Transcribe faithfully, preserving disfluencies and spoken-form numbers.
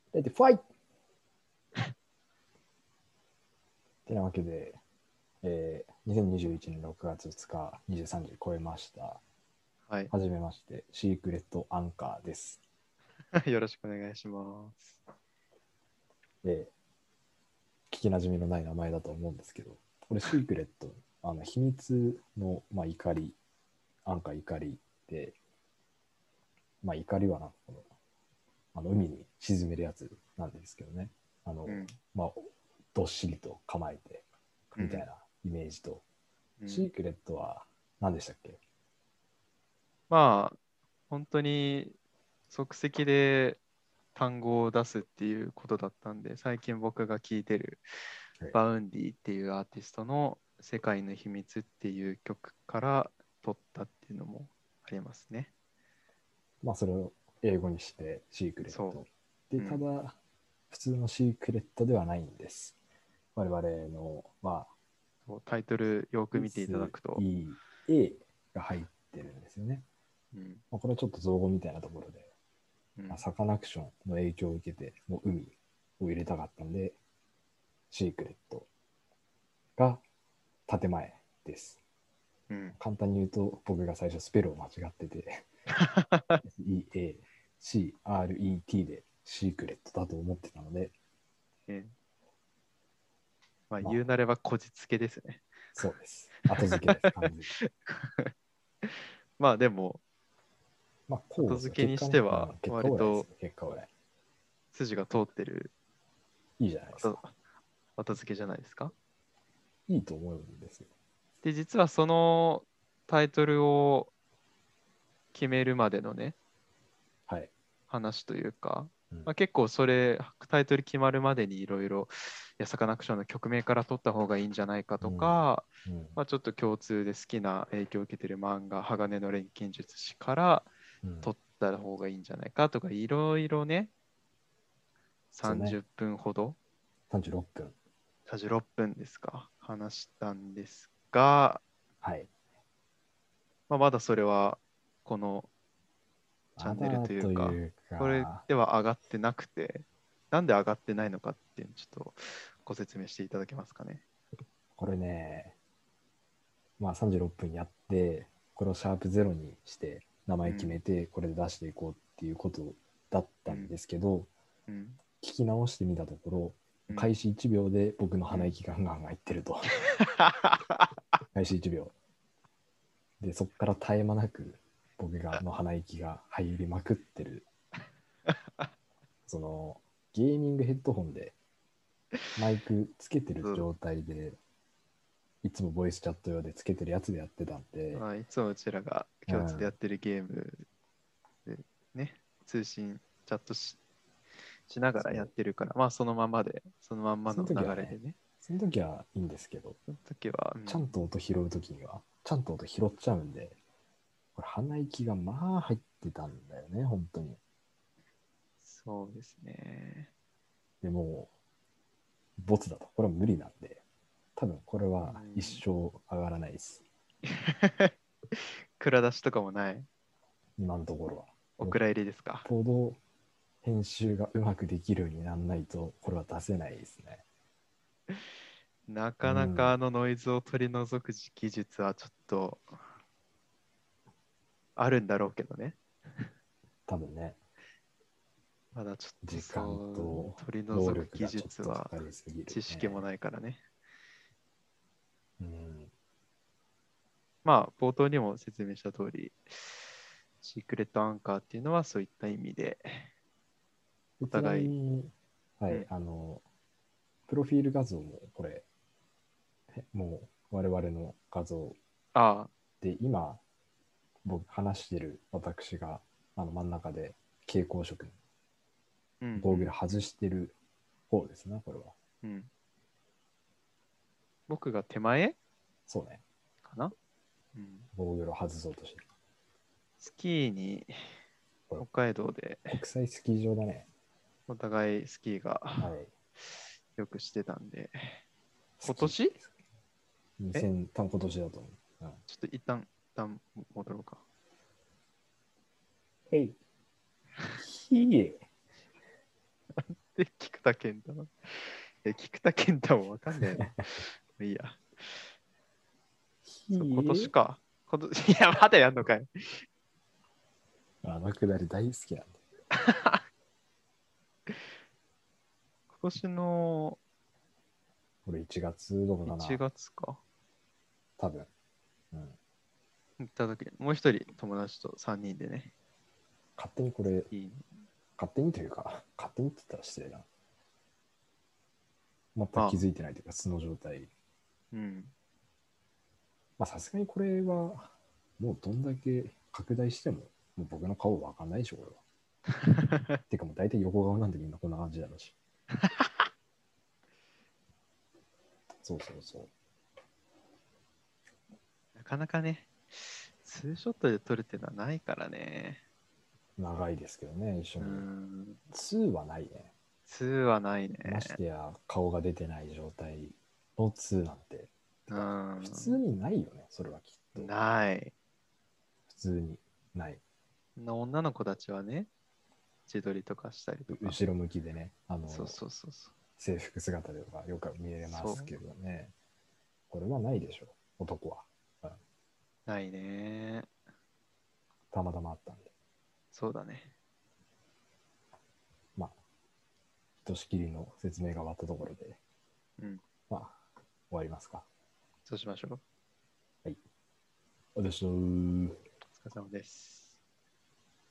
レディファイてなわけで、えー、にせんにじゅういちねんろくがつふつかにじゅうさんじ超えました。 はい。 はじめまして、シークレットアンカーです。 よろしくお願いします。 えー、聞きなじみのない名前だと思うんですけど、これシークレット、あの秘密の、まあ、怒り、アンカー怒りで、まあ、怒りはなんかこのあの海に沈めるやつなんですけどね。あの、 うん。 まあ、どっしりと構えて、 うん。 みたいなイメージと、 うん、 シークレットは何でしたっけ？ まあ、本当に即席で単語を出すっていうことだったんで、最近僕が聴いてるはい、 バウンディっていうアーティストの世界の秘密っていう曲から取ったっていうのもありますね。 まあ、それを英語にしてシークレッそト。で、 う。うん。 ただ、普通のシークレットではないんです。我々の、まあ、 そうタイトルよく見ていただくと、 エスイーエー が入ってるんですよね。 うん。 まあ、これはちょっと造語みたいなところで、まあ、 うん。 サカナクションの影響を受けて、もう海を入れたかったんで、シークレットが建前です。 うん。 簡単に言うと、僕が最初スペルを間違ってて、エスイーエーシーアールイーティー でシークレットだと思ってたので、 えまあ、 まあ、 言うなればこじつけですね。 そうです。後付けです、完全に。 まあでも、 まあ、こうですよ。 後付けにし結果ね、うん、 ては結果割とオーライですよ、結果オーライ。 筋が通ってるいいじゃないです後か。 後付けじゃないですか。 いいと思うんですよ。 で、実はそのタイトルを決めるまでのね、 はい。 話というか、 うん、 まあ、結構それ、タイトル決まるまでにいろいろ、いや、サカナクションの曲名から取った方がいいんじゃないかとうん、 か、 うん、 まあ、ちょっと共通で好きな影響を受けてる漫画、鋼の錬金術師からうん。 取った方がいいんじゃないかとか、いろいろね、 そうね。 さんじゅっぷんほど、 さんじゅうろっぷん。 さんじゅうろっぷんですか、話したんですが、 はい。 まあ、まだそれはこのチャまンネルだとというか、 いうこれか、 では上がってなくて、なんで上がってないのかっていうのをちょっとご説明していただけますかね。 これね、まあさんじゅうろっぷんやって、これをシャープゼロにして、名前決うん、 めて、これで出していこうっていうことだったんうん、 ですけど、 うん、 聞き直してみたところ、 うん、 開始いちびょうで僕のうん。 鼻息がガンガン入ってると。開始いちびょう。で、そこから絶え間なく僕がの鼻息が入りまくってる。その、ゲーミングヘッドホンでマイクつけてるそう、 状態で、いつもボイスチャット用でつけてるやつでやってたんで、 まあ、いつもうちらが共通でやうん、 ってるゲームでね、通信、チャットし、しながらやっそう。 てるから、まあそのままで、そのまんまそのの時はね、 流れでね、 その時はいいんですけど、 その時は、うん、 ちゃんと音拾う時には、ちゃんと音拾っちゃうんで、これ鼻息がまあ入ってたんだよね、本当に。 そうですね。 でも、ボツだと。これは無理なんで、多分これうは一ん。 生上がらないです。 蔵出しとかもない。 今のところは。よっお蔵入りですか。 ぽど編集がうまくできるようにならないと、これは出せないですね。 なかなかうん、 あのノイズを取り除く技術はちょっとあるんだろうけどね。 多分ね、 まだちょっと時間そうと取り労除く技力がちょっ術はとかかりすぎる知識もね。 ないからね。 うん、 まあ冒頭にも説明した通り、シークレットアンカーっていうのはそういった意味でおちなみ互い、 に、はい、 うん、 あの、プロフィール画像もこれ、もう我々の画像ああ、 で、今、僕話してる私があの真ん中で蛍光色のうんうゴーグルんうん外してる方ですね、これは。 うん。僕が手前そうね。 かな、うん、 ゴーグルを外そうとしてる。 スキーにこれ、 北海道で国際スキー場だね。 お互いスキーがはい。 よくしてたんで、 スキー。 今年えにせん、多分今年だと思う。うん。 ちょっと一旦、一旦戻ろうか。 へい。ひえ。 で、菊田健太の。え、菊田健太もわかんないな。いいや。そう今年か。今年いや、まだやんのかい。 あのくだり大好きなんで。 今年のこれいちがつどこかな。 いちがつか。 多分。うん。 行った時に、もう一人友達とさんにんでね。 勝手にこれ、 いいね、 勝手にというか、勝手にって言ったら失礼な。全く気づいてないというか、素の状態。 うん。 まあさすがにこれは、もうどんだけ拡大しても、もう僕の顔わかんないでしょ、これは。てかもう大体横顔なんでみんなこんな感じだろうし。そうそうそう。 なかなかね、ツーショットで撮るっていうのはないからね。 長いですけどね、一緒うに。 ん。 ツーはないね。 ツーはないね。 ましてや顔が出てない状態のツーなんて。てうかん。 普通にないよね、それはきっと。 ない。 普通にない。 女の子たちはね、自撮りとかしたりとか。 後ろ向きでね、あのそうそうそうそう。 制服姿でとかよく見れますけどね。これはないでしょ、男は。うん、 ないね。 たまたまあったんで。 そうだね。 まあ、ひとしきりの説明が終わったところで、 うん。 まあ、終わりますか。 そうしましょう。 はい。私のお疲れ様です。